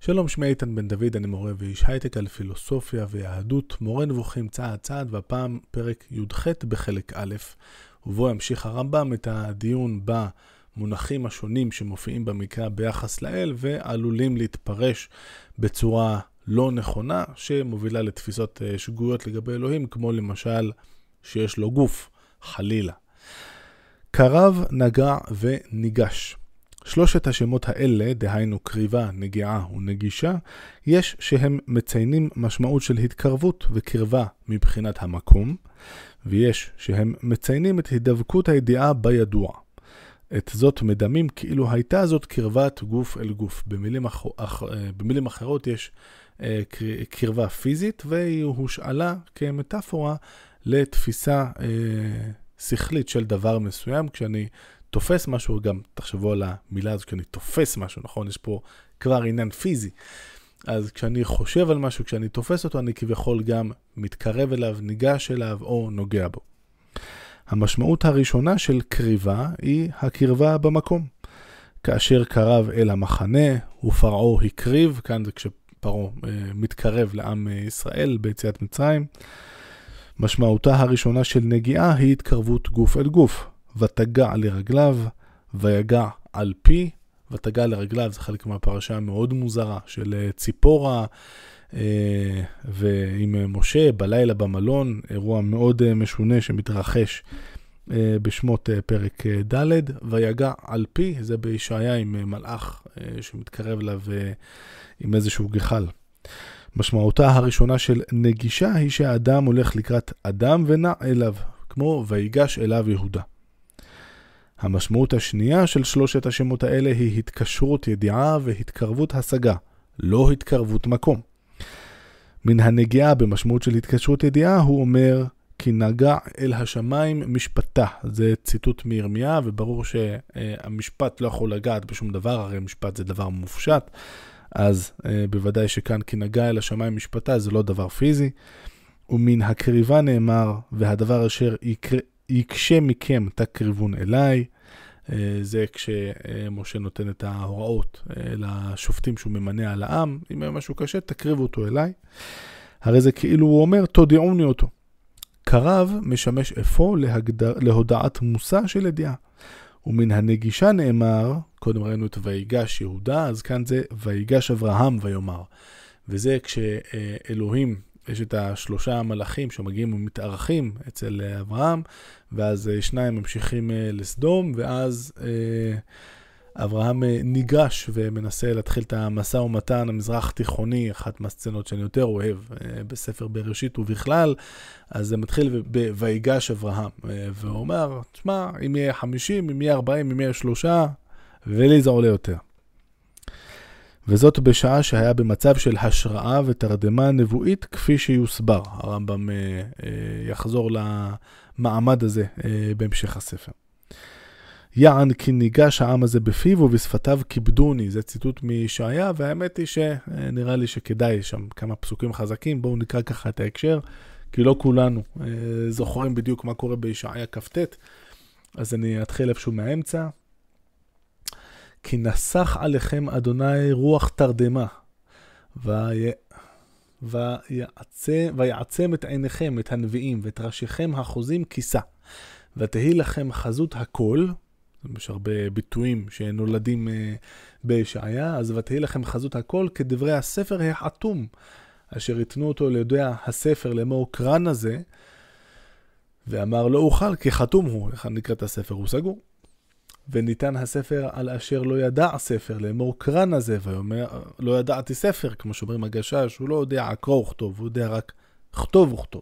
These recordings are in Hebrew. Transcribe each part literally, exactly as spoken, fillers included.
שלום, שמי איתן בן דוד, אני מורה ואיש הייטק על פילוסופיה ויהדות, מורה נבוכים צעד צעד, והפעם פרק י"ח בחלק א', ובו ימשיך הרמב"ם את הדיון במונחים השונים שמופיעים במקרא ביחס לאל, ועלולים להתפרש בצורה לא נכונה, שמובילה לתפיסות שגויות לגבי אלוהים, כמו למשל שיש לו גוף, חלילה. קרב, נגע וניגש. שלושת השמות האלה, דהיינו קריבה, נגיעה ונגישה, יש שהם מציינים משמעות של התקרבות וקרבה מבחינת המקום, ויש שהם מציינים את הידבקות הידיעה בידוע. את זאת מדמים כאילו הייתה זאת קרבת גוף אל גוף. במילים, אח... אח... במילים אחרות יש אה, קרבה פיזית, והיא הושאלה כמטאפורה לתפיסה אה, שכלית של דבר מסוים. כשאני תופס משהו, גם תחשבו על המילה הזאת, כשאני תופס משהו, נכון? יש פה כבר עניין פיזי. אז כשאני חושב על משהו, כשאני תופס אותו, אני כביכול גם מתקרב אליו, ניגש אליו או נוגע בו. המשמעות הראשונה של קריבה היא הקרבה במקום. כאשר קרב אל המחנה ופרעו הקריב, כאן זה כשפרעו אה, מתקרב לעם ישראל ביציאת מצרים. משמעותה הראשונה של נגיעה היא התקרבות גוף אל גוף. ותגע לרגליו, ויגע על פי, ותגע לרגליו, זה חלק מהפרשה המאוד מוזרה של ציפורה, ועם משה בלילה במלון, אירוע מאוד משונה שמתרחש בשמות פרק ד', ויגע על פי, זה בישעיה עם מלאך שמתקרב אליו עם איזשהו גחל. משמעותה הראשונה של נגישה היא שהאדם הולך לקראת אדם ונע אליו, כמו ויגש אליו יהודה. המשמעות השנייה של שלושת השמות האלה היא התקשרות ידיעה והתקרבות השגה, לא התקרבות מקום. מן הנגיעה במשמעות של התקשרות ידיעה הוא אומר כי נגע אל השמיים משפטה. זה ציטוט מירמיה, וברור שהמשפט לא יכול לגעת בשום דבר, הרי משפט זה דבר מופשט, אז בוודאי שכאן כי נגע אל השמיים משפטה זה לא דבר פיזי. ומן הקריבה נאמר והדבר אשר יקרה יקשה מכם תקריבון אליי. זה כשמשה נותן את ההוראות לשופטים שהוא ממנה על העם. אם היה משהו קשה, תקריבו אותו אליי. הרי זה כאילו הוא אומר, תודיעוני אותו. קרב משמש אפוא להגדר, להודעת מושא של ידיעה. ומן הנגישה נאמר, קודם ראינו את ויגש יהודה, אז כאן זה ויגש אברהם ויאמר. וזה כשאלוהים, יש את השלושה המלאכים שמגיעים ומתארחים אצל אברהם, ואז שניים ממשיכים לסדום, ואז אברהם ניגש ומנסה להתחיל את המסע ומתן המזרח תיכוני, אחת מהסצנות שאני יותר אוהב בספר בראשית ובכלל. אז זה מתחיל בויגש אברהם, והוא אומר, תשמע, אם יהיה חמישים, אם יהיה ארבעים, אם יהיה שלושה, ולי זה עולה יותר. וזאת בשעה שהיה במצב של השראה ותרדמה נבואית כפי שיוסבר. הרמב"ם אה, אה, יחזור למעמד הזה אה, בהמשך הספר. יען כי ניגש העם הזה בפיו ובשפתיו כיבדוני. זה ציטוט מישעיה, והאמת היא שנראה לי שכדאי שם כמה פסוקים חזקים. בואו נקרא ככה את ההקשר, כי לא כולנו אה, זוכרים בדיוק מה קורה בישעיה כ"ט. אז אני אתחיל איפשהו מהאמצע. כי נסח עליכם אדוני רוח תרדמה, ויעצם, ויעצם את עיניכם, את הנביאים, ואת ראשיכם החוזים כיסה. ותהי לכם חזות הכל, יש הרבה ביטויים שנולדים בישעיה, אז ותהי לכם חזות הכל כדברי הספר החתום, אשר יתנו אותו ליודע הספר לאמור קרן הזה, ואמר לא אוכל כי חתום הוא, איך נקרא את הספר, הוא סגור. וניתן הספר על אשר לא ידע הספר, לאמור קרן הזה, ואומר, לא ידעתי ספר, כמו שאומרים הגשש, הוא לא יודע קרוא וכתוב, הוא יודע רק כתוב וכתוב.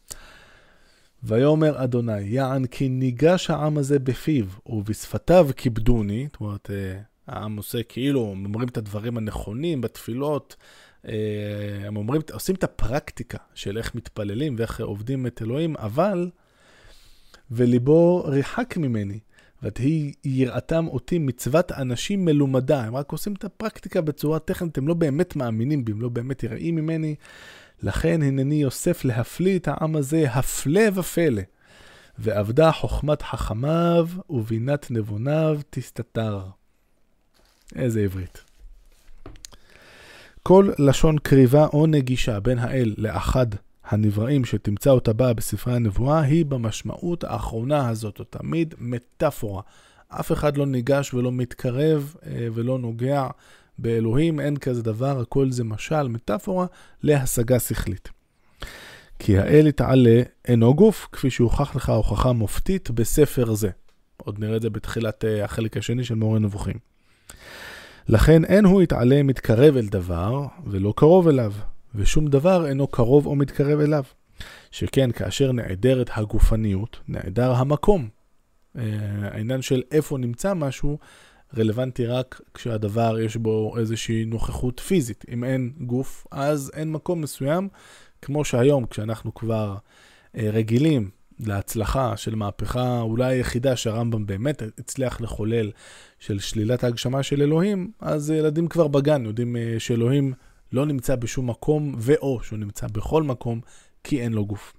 ויאמר אדוני, יען כי ניגש העם הזה בפיו, ובשפתיו כיבדוני, זאת אומרת, העם עושה כאילו, הם אומרים את הדברים הנכונים בתפילות, הם אומרים, עושים את הפרקטיקה של איך מתפללים ואיך עובדים את אלוהים, אבל, וליבו ריחק ממני, ותהי יראתם אותי מצוות אנשים מלומדה. הם רק עושים את הפרקטיקה בצורה טכנית, הם לא באמת מאמינים בי, הם לא באמת יראים ממני. לכן הנני יוסף להפליא את העם הזה, הפלא ופלא. ועבדה חוכמת חכמיו ובינת נבוניו תסתתר. איזה עברית. כל לשון קריבה או נגישה בין האל לאחד הנבראים שתמצא אותה בה בספרי הנבואה, היא במשמעות האחרונה הזאת, או תמיד מטאפורה. אף אחד לא ניגש ולא מתקרב ולא נוגע באלוהים, אין כזה דבר, הכל זה משל, מטאפורה להשגה שכלית. כי האל יתעלה אינו גוף, כפי שהוכח לך הוכחה מופתית בספר זה. עוד נראה את זה בתחילת החלק השני של מורה נבוכים. לכן אין הוא יתעלה מתקרב אל דבר ולא קרוב אליו, ושום דבר אינו קרוב או מתקרב אליו. שכן כאשר נעדרת הגופניות, נעדר המקום. העניין של איפה נמצא משהו רלוונטי רק כשהדבר יש בו איזושהי נוכחות פיזית. אם אין גוף, אז אין מקום מסוים, כמו שהיום כשאנחנו כבר רגילים להצלחה של מהפכה אולי היחידה שהרמב"ם באמת הצליח לחולל של שלילת ההגשמה של אלוהים, אז ילדים כבר בגן יודעים שאלוהים לא נמצא בשום מקום, ואו שהוא נמצא בכל מקום, כי אין לו גוף.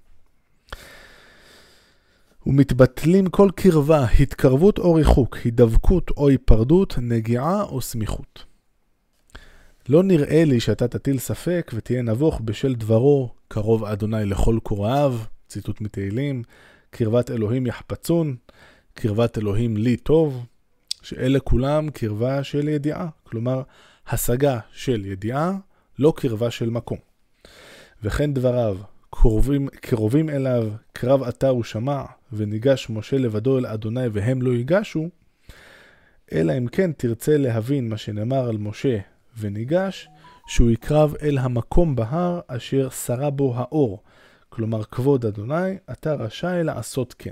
ומתבטלים כל קרבה, התקרבות או ריחוק, הידבקות או היפרדות, נגיעה או סמיכות. לא נראה לי שאתה תטיל ספק ותהיה נבוך בשל דברו, קרוב אדוני לכל קוראיו, ציטוט מתהילים, קרבת אלוהים יחפצון, קרבת אלוהים לי טוב, שאלה כולם קרבה של ידיעה, כלומר השגה של ידיעה, לא קרבה של מקום. וכן דבריו, קרובים, קרובים אליו, קרב אתה ושמע, וניגש משה לבדו אל אדוני והם לא ייגשו, אלא אם כן תרצה להבין מה שנאמר על משה וניגש, שהוא יקרב אל המקום בהר אשר שרה בו האור, כלומר כבוד אדוני, אתה רשאי לעשות כן.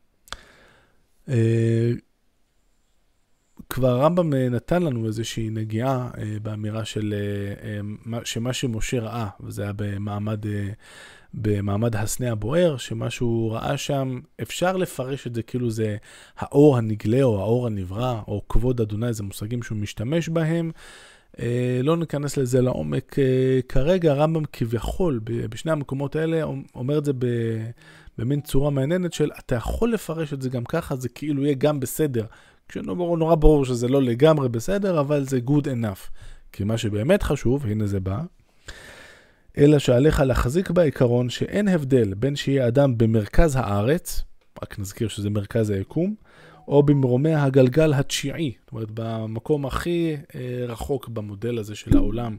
כבר הרמב"ם נתן לנו איזושהי נגיעה באמירה של שמה שמשה ראה, וזה היה במעמד, במעמד הסנה הבוער, שמה שהוא ראה שם, אפשר לפרש את זה כאילו זה האור הנגלה או האור הנברא, או כבוד אדוני, זה מושגים שהוא משתמש בהם. לא ניכנס לזה לעומק כרגע, הרמב"ם כביכול בשני המקומות האלה אומר את זה במין צורה מעניינת של אתה יכול לפרש את זה גם ככה, זה כאילו יהיה גם בסדר, כשנורא ברור שזה לא לגמרי בסדר, אבל זה good enough. כי מה שבאמת חשוב, הנה זה בא, אלא שעליך להחזיק בעיקרון שאין הבדל בין שיהיה אדם במרכז הארץ, רק נזכיר שזה מרכז היקום, או במרומי הגלגל התשיעי, זאת אומרת במקום הכי אה, רחוק במודל הזה של העולם,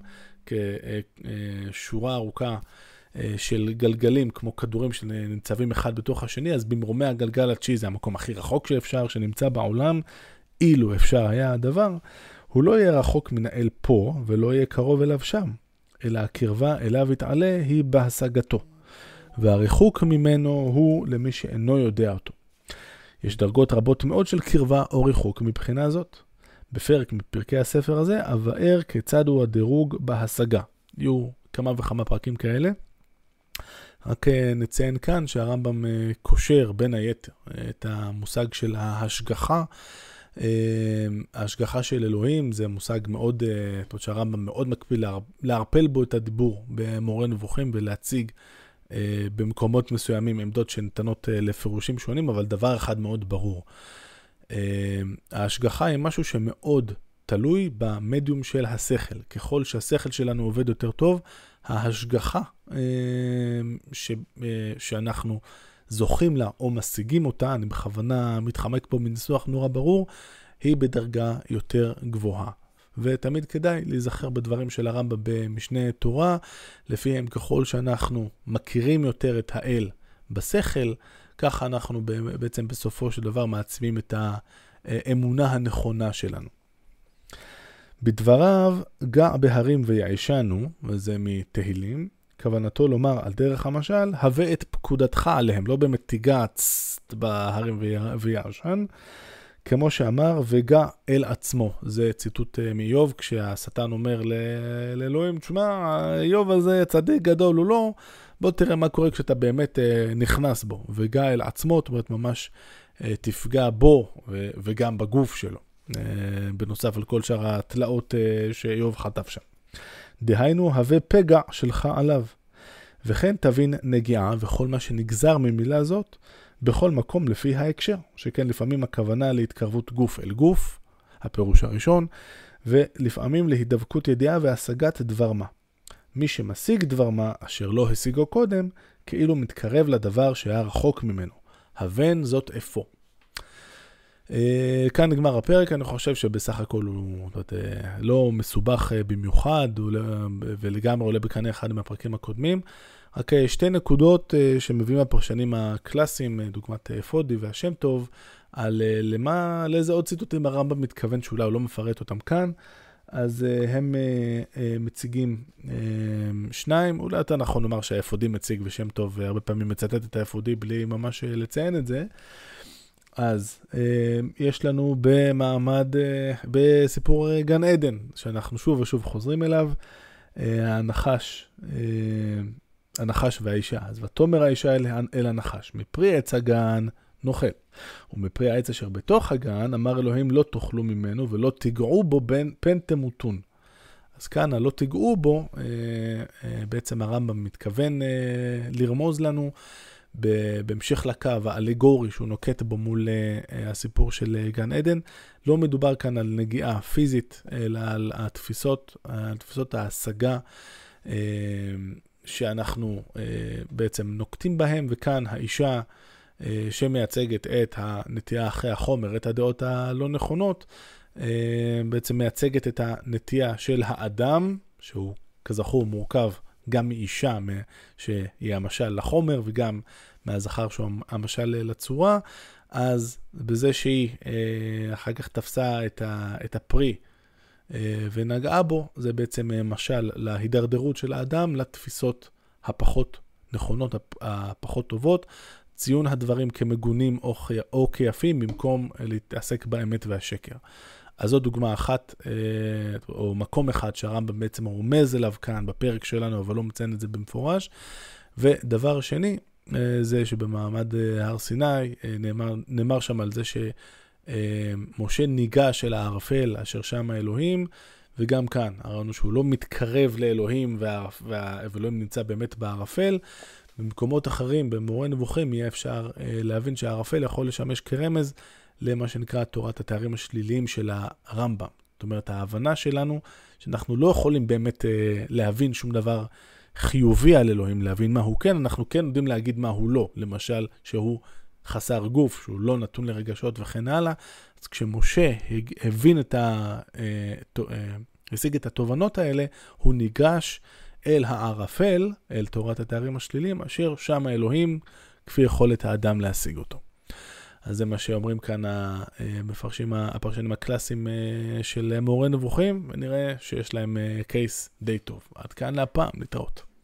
כשורה ארוכה אה, של גלגלים כמו כדורים שנמצבים אחד בתוך השני, אז במרומי הגלגל התשיעי זה המקום הכי רחוק שאפשר, שנמצא בעולם, אילו אפשר היה הדבר, הוא לא יהיה רחוק מן האל פה ולא יהיה קרוב אליו שם, אלא הקרבה אליו יתעלה היא בהשגתו, והריחוק ממנו הוא למי שאינו יודע אותו. יש דרגות רבות מאוד של קרבה או ריחוק מבחינה זאת. בפרק מפרקי הספר הזה, אבאר כיצד הוא הדירוג בהשגה. יהיו כמה וכמה פרקים כאלה. רק נציין כאן שהרמב"ם קושר בין היתר את המושג של ההשגחה. ההשגחה של אלוהים זה מושג מאוד, שהרמב"ם מאוד מקפיד להרפל בו את הדיבור במורה נבוכים ולהציג במקומות מסוימים עמדות שניתנות לפירושים שונים, אבל דבר אחד מאוד ברור. ההשגחה היא משהו שמאוד תלוי במדיום של השכל. ככל שהשכל שלנו עובד יותר טוב, ההשגחה ש... שאנחנו זוכים לה או משיגים אותה, אני בכוונה מתחמק פה מניסוח נורא ברור, היא בדרגה יותר גבוהה. ותמיד כדאי להיזכר בדברים של הרמב"ם במשנה תורה, לפיהם ככל שאנחנו מכירים יותר את האל בשכל, ככה אנחנו בעצם בסופו של דבר מעצבים את האמונה הנכונה שלנו. בדבריו, גע בהרים ויעשנו, וזה מתהילים, כוונתו לומר על דרך המשל, הווה את פקודתך עליהם, לא באמת תיגץ בהרים ויעשן, כמו שאמר, וגע אל עצמו. זה ציטוט מאיוב, כשהשטן אומר לאלוהים, תשמע, איוב הזה צדיק גדול הוא לא, בוא תראה מה קורה כשאתה באמת נכנס בו, וגע אל עצמו, זאת אומרת ממש תפגע בו וגם בגוף שלו, בנוסף על כל שאר התלאות שאיוב חטף שם. דהיינו, הווה פגע שלך עליו, וכן תבין נגיעה וכל מה שנגזר ממילה זאת, בכל מקום לפי ההקשר, שכן לפעמים הכוונה להתקרבות גוף אל גוף, הפירוש הראשון, ולפעמים להידבקות ידיעה והשגת דבר מה. מי שמשיג דבר מה אשר לא השיגו קודם, כאילו מתקרב לדבר שהיה רחוק ממנו. הבן זאת אפוא. כאן נגמר הפרק, אני חושב שבסך הכל הוא לא מסובך במיוחד, ולגמרי עולה בקנה אחד מהפרקים הקודמים. רק שתי נקודות שמביאים הפרשנים הקלאסיים, דוגמת פודי והשם טוב, על למה, לאיזה עוד ציטוטים הרמב"ם מתכוון שאולי הוא לא מפרט אותם כאן. אז הם מציגים שניים, אולי יותר נכון לומר שהאפודי מציג ושם טוב, הרבה פעמים מצטט את האפודי בלי ממש לציין את זה. אז יש לנו במעמד, בסיפור גן עדן, שאנחנו שוב ושוב חוזרים אליו, הנחש, הנחש והאישה. אז ותאמר האישה אל, אל הנחש, מפרי עץ הגן נאכל. ומפרי העץ אשר בתוך הגן, אמר אלוהים לא תאכלו ממנו ולא תיגעו בו בין, פן תמותון. אז כאן הלא תיגעו בו, בעצם הרמב"ם מתכוון לרמוז לנו, בהמשך לקו האלגורי שהוא נוקט בו מול הסיפור של גן עדן. לא מדובר כאן על נגיעה פיזית, אלא על התפיסות, התפיסות ההשגה שאנחנו בעצם נוקטים בהם, וכאן האישה שמייצגת את הנטייה אחרי החומר, את הדעות הלא נכונות, בעצם מייצגת את הנטייה של האדם, שהוא כזכור מורכב גם מאישה שהיא המשל לחומר, וגם מהזכר שהוא המשל לצורה. אז בזה שהיא אחר כך תפסה את הפרי ונגעה בו, זה בעצם משל להידרדרות של האדם לתפיסות הפחות נכונות, הפחות טובות, ציון הדברים כמגונים או כיפים במקום להתעסק באמת והשקר. אז זו דוגמה אחת, או מקום אחד שהרמב"ם בעצם רומז אליו כאן בפרק שלנו, אבל לא מציין את זה במפורש. ודבר שני, זה שבמעמד הר סיני, נאמר, נאמר שם על זה שמשה ניגש אל הערפל אשר שם האלוהים, וגם כאן, הראינו שהוא לא מתקרב לאלוהים, ואלוהים נמצא באמת בערפל. במקומות אחרים, במורה נבוכים, יהיה אפשר להבין שהערפל יכול לשמש כרמז, למה שנקרא תורת התארים השליליים של הרמב"ם. זאת אומרת, ההבנה שלנו, שאנחנו לא יכולים באמת אה, להבין שום דבר חיובי על אלוהים, להבין מה הוא כן, אנחנו כן יודעים להגיד מה הוא לא. למשל, שהוא חסר גוף, שהוא לא נתון לרגשות וכן הלאה. אז כשמשה הבין את ה... אה, אה, השיג את התובנות האלה, הוא ניגש אל הערפל, אל תורת התארים השליליים, אשר שם האלוהים, כפי יכולת האדם להשיג אותו. אז זה מה שאומרים כאן המפרשים, הפרשנים הקלאסיים של מורה נבוכים, ונראה שיש להם קייס די טוב. עד כאן להפעם, להתראות.